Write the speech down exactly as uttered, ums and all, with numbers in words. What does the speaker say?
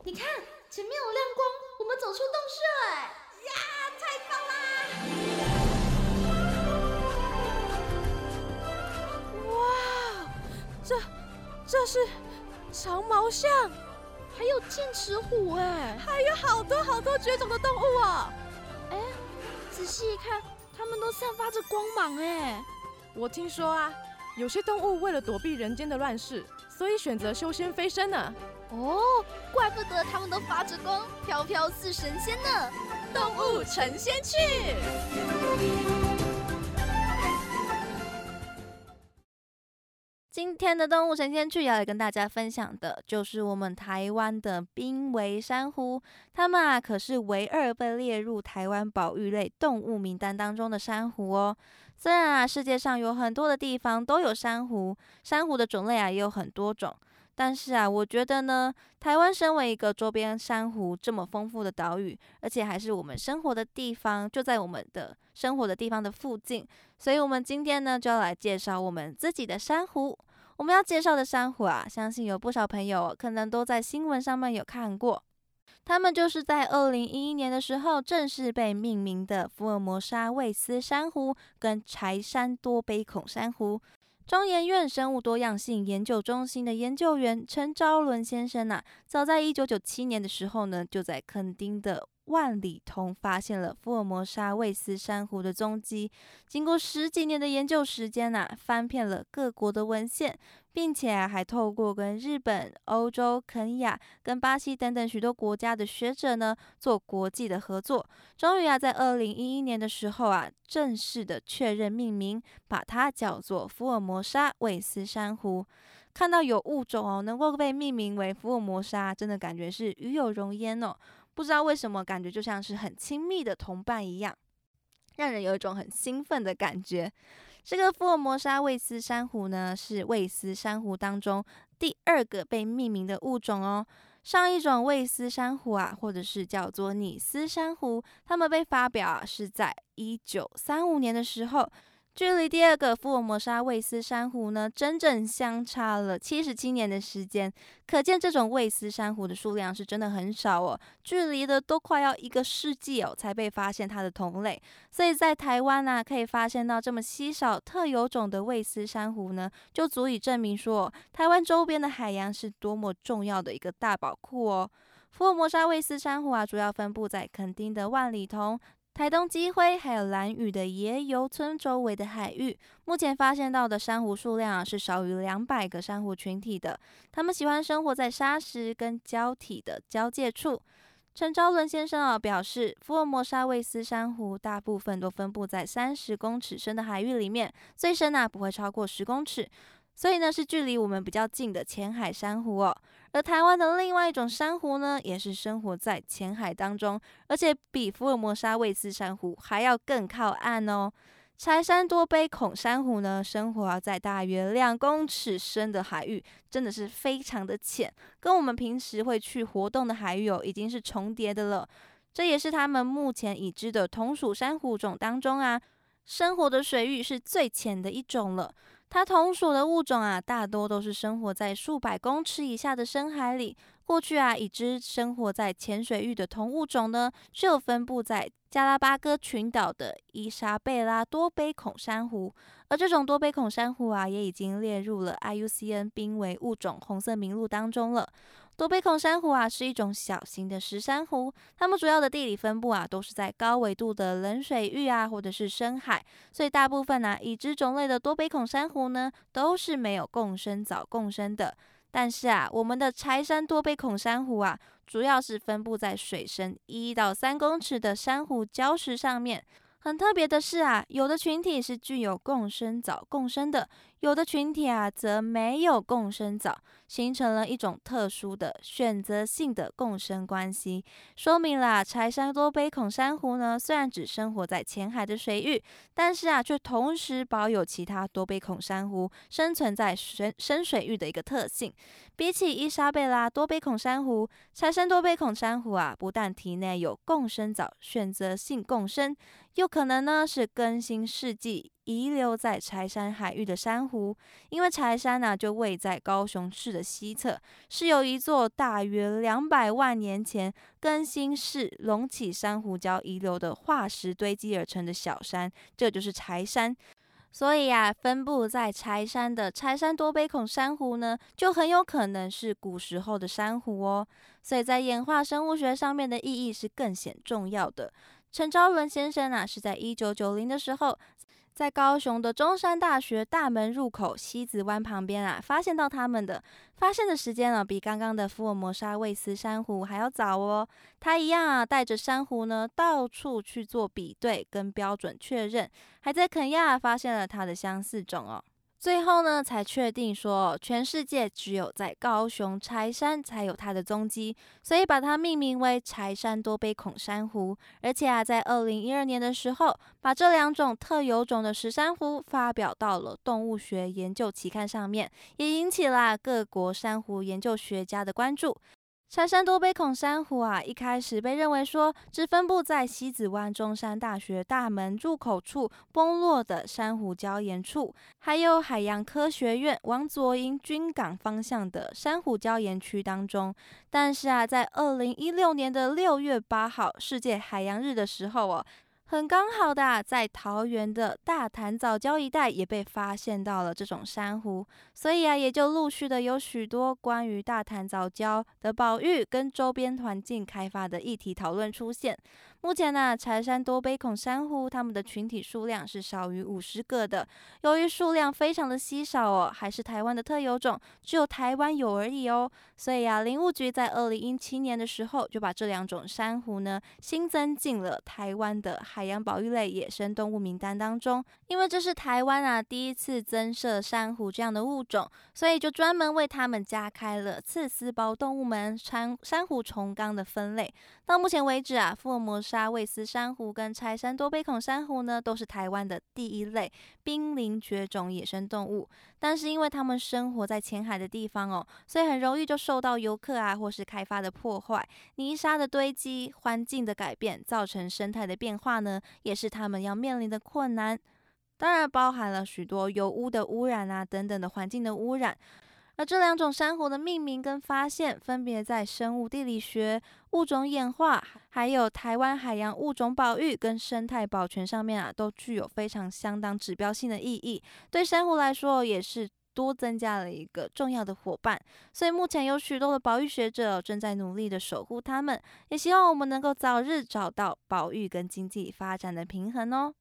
你看，前面有亮光，我们走出洞穴哎！ 呀，太棒啦！ 哇，这这是长毛象， 还有剑齿虎哎， 还有好多好多绝种的动物哦！ 哎，仔细一看，它们都散发着光芒哎。 我听说啊，有些动物为了躲避人间的乱世，所以选择修仙飞升呢。 哦，怪不得它们都发着光，飘飘似神仙呢。 动物成仙去！ 今天的动物神仙去要来跟大家分享的就是我们台湾的濒危珊瑚，它们啊可是唯二被列入台湾保育类动物名单当中的珊瑚哦。虽然啊世界上有很多的地方都有珊瑚，珊瑚的种类啊也有很多种，但是啊我觉得呢，台湾身为一个周边珊瑚这么丰富的岛屿，而且还是我们生活的地方，就在我们的生活的地方的附近，所以我们今天呢就要来介绍我们自己的珊瑚。我们要介绍的珊瑚啊，相信有不少朋友可能都在新闻上面有看过，它们就是在二零一一年的时候正式被命名的福尔摩沙卫斯珊瑚跟柴山多杯孔珊瑚。中研院生物多样性研究中心的研究员陈昭伦先生啊，早在一九九七年的时候呢，就在垦丁的万里桐发现了福尔摩沙卫斯珊瑚的踪迹。经过十几年的研究时间啊，翻遍了各国的文献，并且啊还透过跟日本、欧洲、肯亚跟巴西等等许多国家的学者呢做国际的合作，终于啊在二零一一年的时候啊正式的确认命名，把它叫做福尔摩沙卫斯珊瑚。看到有物种哦能够被命名为福尔摩沙，真的感觉是与有荣焉哦。不知道为什么，感觉就像是很亲密的同伴一样，让人有一种很兴奋的感觉。这个福尔摩沙卫斯珊瑚呢，是卫斯珊瑚当中第二个被命名的物种哦。上一种卫斯珊瑚啊，或者是叫做拟斯珊瑚，它们被发表啊是在一九三五年的时候。距离第二个福尔摩沙卫斯珊瑚呢，整整相差了七十七年的时间，可见这种卫斯珊瑚的数量是真的很少哦，距离的都快要一个世纪哦，才被发现它的同类。所以在台湾啊，可以发现到这么稀少特有种的卫斯珊瑚呢，就足以证明说，台湾周边的海洋是多么重要的一个大宝库哦。福尔摩沙卫斯珊瑚啊，主要分布在垦丁的万里桐、台东基灰还有兰屿的野游村周围的海域，目前发现到的珊瑚数量啊是少于两百个珊瑚群体的。它们喜欢生活在沙石跟胶体的交界处。陈昭伦先生啊表示，福尔摩沙卫斯珊瑚大部分都分布在三十公尺深的海域里面，最深啊不会超过十公尺。所以呢，是距离我们比较近的浅海珊瑚哦。而台湾的另外一种珊瑚呢，也是生活在浅海当中，而且比福尔摩沙卫斯珊瑚还要更靠岸哦。柴山多杯孔珊瑚呢，生活在大约两公尺深的海域，真的是非常的浅，跟我们平时会去活动的海域哦，已经是重叠的了。这也是他们目前已知的同属珊瑚种当中啊，生活的水域是最浅的一种了。它同属的物种啊，大多都是生活在数百公尺以下的深海里。过去啊，已知生活在浅水域的同物种呢，只有分布在加拉巴哥群岛的伊莎贝拉多杯孔珊瑚，而这种多杯孔珊瑚啊，也已经列入了 I U C N 濒危物种红色名录当中了。多杯孔珊瑚啊，是一种小型的石珊瑚，它们主要的地理分布啊，都是在高纬度的冷水域啊，或者是深海，所以大部分啊已知种类的多杯孔珊瑚呢，都是没有共生藻共生的。但是啊，我们的柴山多杯孔珊瑚啊，主要是分布在水深一到三公尺的珊瑚礁石上面。很特别的是啊，有的群体是具有共生藻共生的，有的群体啊则没有共生藻，形成了一种特殊的选择性的共生关系，说明了柴山多杯孔珊瑚呢，虽然只生活在浅海的水域，但是啊却同时保有其他多杯孔珊瑚生存在深深水域的一个特性。比起伊莎贝拉多杯孔珊瑚，柴山多杯孔珊瑚啊，不但体内有共生藻选择性共生，又可能呢是更新世纪遗留在柴山海域的珊瑚，因为柴山呢、啊、就位在高雄市的的西侧是由一座大约两百万年前更新世隆起珊瑚礁遗留的化石堆积而成的小山，这就是柴山。所以啊，分布在柴山的柴山多杯孔珊瑚呢，就很有可能是古时候的珊瑚哦。所以在演化生物学上面的意义是更显重要的。陈昭伦先生啊，是在一九九零的时候，在高雄的中山大学大门入口西子湾旁边啊，发现到它们的。发现的时间呢，比刚刚的福尔摩沙卫斯珊瑚还要早哦。他一样啊，带着珊瑚呢，到处去做比对跟标准确认，还在肯亚发现了它的相似种哦。最后呢，才确定说，全世界只有在高雄柴山才有它的踪迹，所以把它命名为柴山多杯孔珊瑚。而且啊，在二零一二年的时候，把这两种特有种的石珊瑚发表到了动物学研究期刊上面，也引起了各国珊瑚研究学家的关注。柴山多杯孔珊瑚啊，一开始被认为说只分布在西子湾中山大学大门入口处崩落的珊瑚礁岩处，还有海洋科学院往左营军港方向的珊瑚礁岩区当中。但是啊，在二零一六年的六月八号世界海洋日的时候哦，很刚好的、啊，在桃园的大潭藻礁一带也被发现到了这种珊瑚，所以啊，也就陆续的有许多关于大潭藻礁的保育跟周边环境开发的议题讨论出现。目前呢、啊，柴山多杯孔珊瑚它们的群体数量是少于五十个的，由于数量非常的稀少哦，还是台湾的特有种，只有台湾有而已哦，所以啊，林务局在二零一七年的时候就把这两种珊瑚呢新增进了台湾的海洋保育类野生动物名单当中。因为这是台湾啊第一次增设珊瑚这样的物种，所以就专门为它们加开了刺丝胞动物门珊珊瑚虫纲的分类。到目前为止啊，福尔摩沙卫斯珊瑚跟柴山多杯孔珊瑚呢，都是台湾的第一类濒临绝种野生动物。但是因为它们生活在浅海的地方哦，所以很容易就受到游客啊或是开发的破坏、泥沙的堆积、环境的改变，造成生态的变化呢，也是它们要面临的困难。当然包含了许多油污的污染啊等等的环境的污染。而这两种珊瑚的命名跟发现，分别在生物地理学、物种演化，还有台湾海洋物种保育跟生态保全上面啊，都具有非常相当指标性的意义。对珊瑚来说，也是多增加了一个重要的伙伴。所以目前有许多的保育学者正在努力的守护它们，也希望我们能够早日找到保育跟经济发展的平衡哦。